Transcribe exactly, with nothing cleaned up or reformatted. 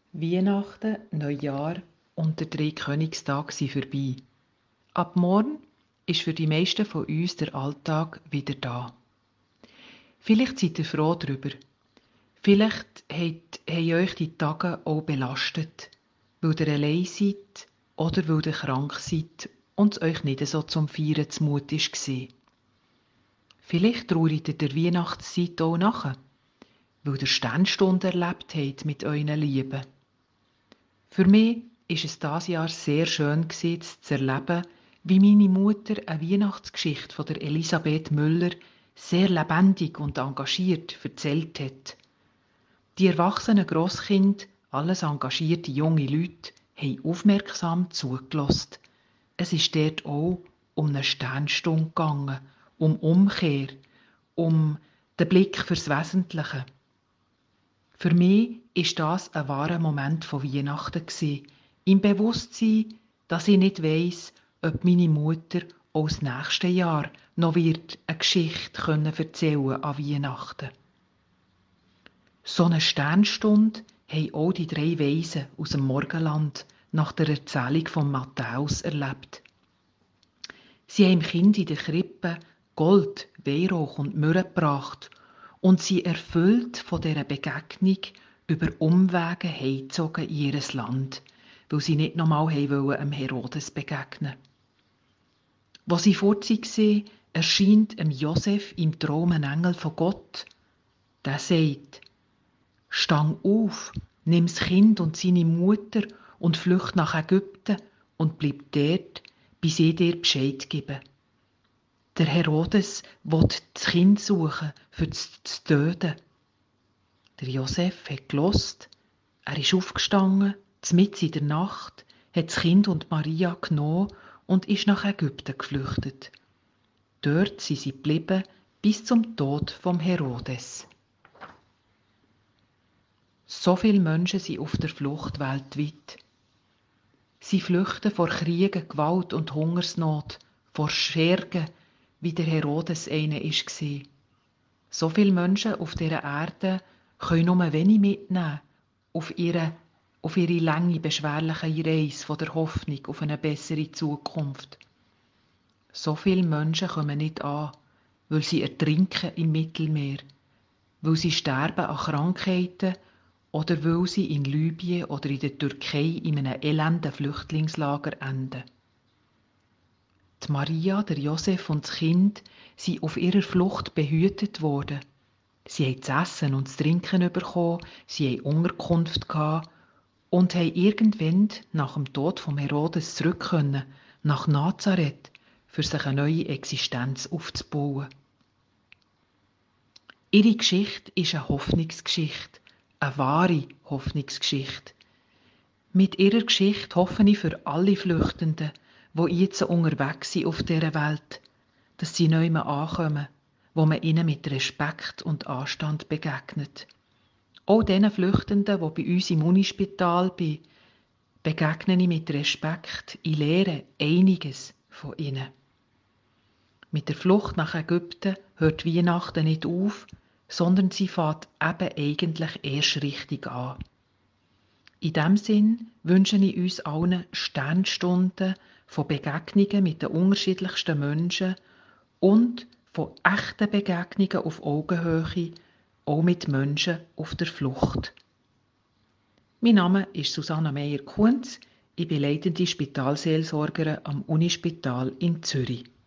Weihnachten, Neujahr und der Dreikönigstag sind vorbei. Ab morgen ist für die meisten von uns der Alltag wieder da. Vielleicht seid ihr froh darüber. Vielleicht habt, haben euch die Tage auch belastet, weil ihr allein seid oder weil ihr krank seid und es euch nicht so zum Feiern zumut war. Vielleicht trauert ihr der Weihnachtszeit auch nach, weil ihr Sternstunde erlebt habt mit euren Lieben. Für mich ist es dieses Jahr sehr schön gewesen, zu erleben, wie meine Mutter eine Weihnachtsgeschichte von der Elisabeth Müller sehr lebendig und engagiert erzählt hat. Die erwachsenen Grosskinder, alles engagierte junge Leute, haben aufmerksam zugelassen. Es ist dort auch um eine Sternstunde gegangen, um Umkehr, um den Blick fürs Wesentliche. Für mich war das ein wahrer Moment von Weihnachten gewesen, im Bewusstsein, dass ich nicht weiss, ob meine Mutter auch das nächste Jahr noch wird eine Geschichte können erzählen an Weihnachten. So eine Sternstunde haben auch die drei Weisen aus dem Morgenland nach der Erzählung von Matthäus erlebt. Sie haben dem Kind in der Krippe Gold, Weihrauch und Myrrhe gebracht und sie erfüllt von dieser Begegnung über Umwege heimgezogen in ihr Land, weil sie nicht nochmal dem Herodes begegnen wollten. Wo sie fort waren, erscheint dem Josef im Traum ein Engel von Gott. Der sagt: «Stang auf, nimm das Kind und seine Mutter und flücht nach Ägypten und bleib dort, bis ich dir Bescheid gebe.» Der Herodes will das Kind suchen, für es zu töten. Der Josef hat gelost, er ist aufgestanden, mitten in der Nacht, hat das Kind und Maria genommen und ist nach Ägypten geflüchtet. Dort sind sie geblieben bis zum Tod vom Herodes. So viele Menschen sind auf der Flucht weltweit. Sie flüchten vor Kriegen, Gewalt und Hungersnot, vor Schergen, wie der Herodes einer war. So viele Menschen auf dieser Erde können nur wenig mitnehmen auf ihre, auf ihre lange, beschwerliche Reise von der Hoffnung auf eine bessere Zukunft. So viele Menschen kommen nicht an, weil sie ertrinken im Mittelmeer, weil sie sterben an Krankheiten oder weil sie in Libyen oder in der Türkei in einem elenden Flüchtlingslager enden. Die Maria, der Josef und das Kind sind auf ihrer Flucht behütet worden. Sie haben zu essen und zu trinken bekommen, sie haben Unterkunft gehabt und haben irgendwann nach dem Tod von Herodes zurück können, nach Nazareth, für sich eine neue Existenz aufzubauen. Ihre Geschichte ist eine Hoffnungsgeschichte, eine wahre Hoffnungsgeschichte. Mit ihrer Geschichte hoffe ich für alle Flüchtenden, die jetzt unterwegs sind auf dieser Welt, dass sie neu ankommen, wo man ihnen mit Respekt und Anstand begegnet. Auch diesen Flüchtenden, die bei uns im Unispital sind, begegne ich mit Respekt. Ich lehre einiges von ihnen. Mit der Flucht nach Ägypten hört Weihnachten nicht auf, sondern sie fängt eben eigentlich erst richtig an. In diesem Sinn wünsche ich uns allen Sternstunden von Begegnungen mit den unterschiedlichsten Menschen und von echten Begegnungen auf Augenhöhe, auch mit Menschen auf der Flucht. Mein Name ist Susanna Meyer-Kunz, ich bin leitende Spitalseelsorgerin am Unispital in Zürich.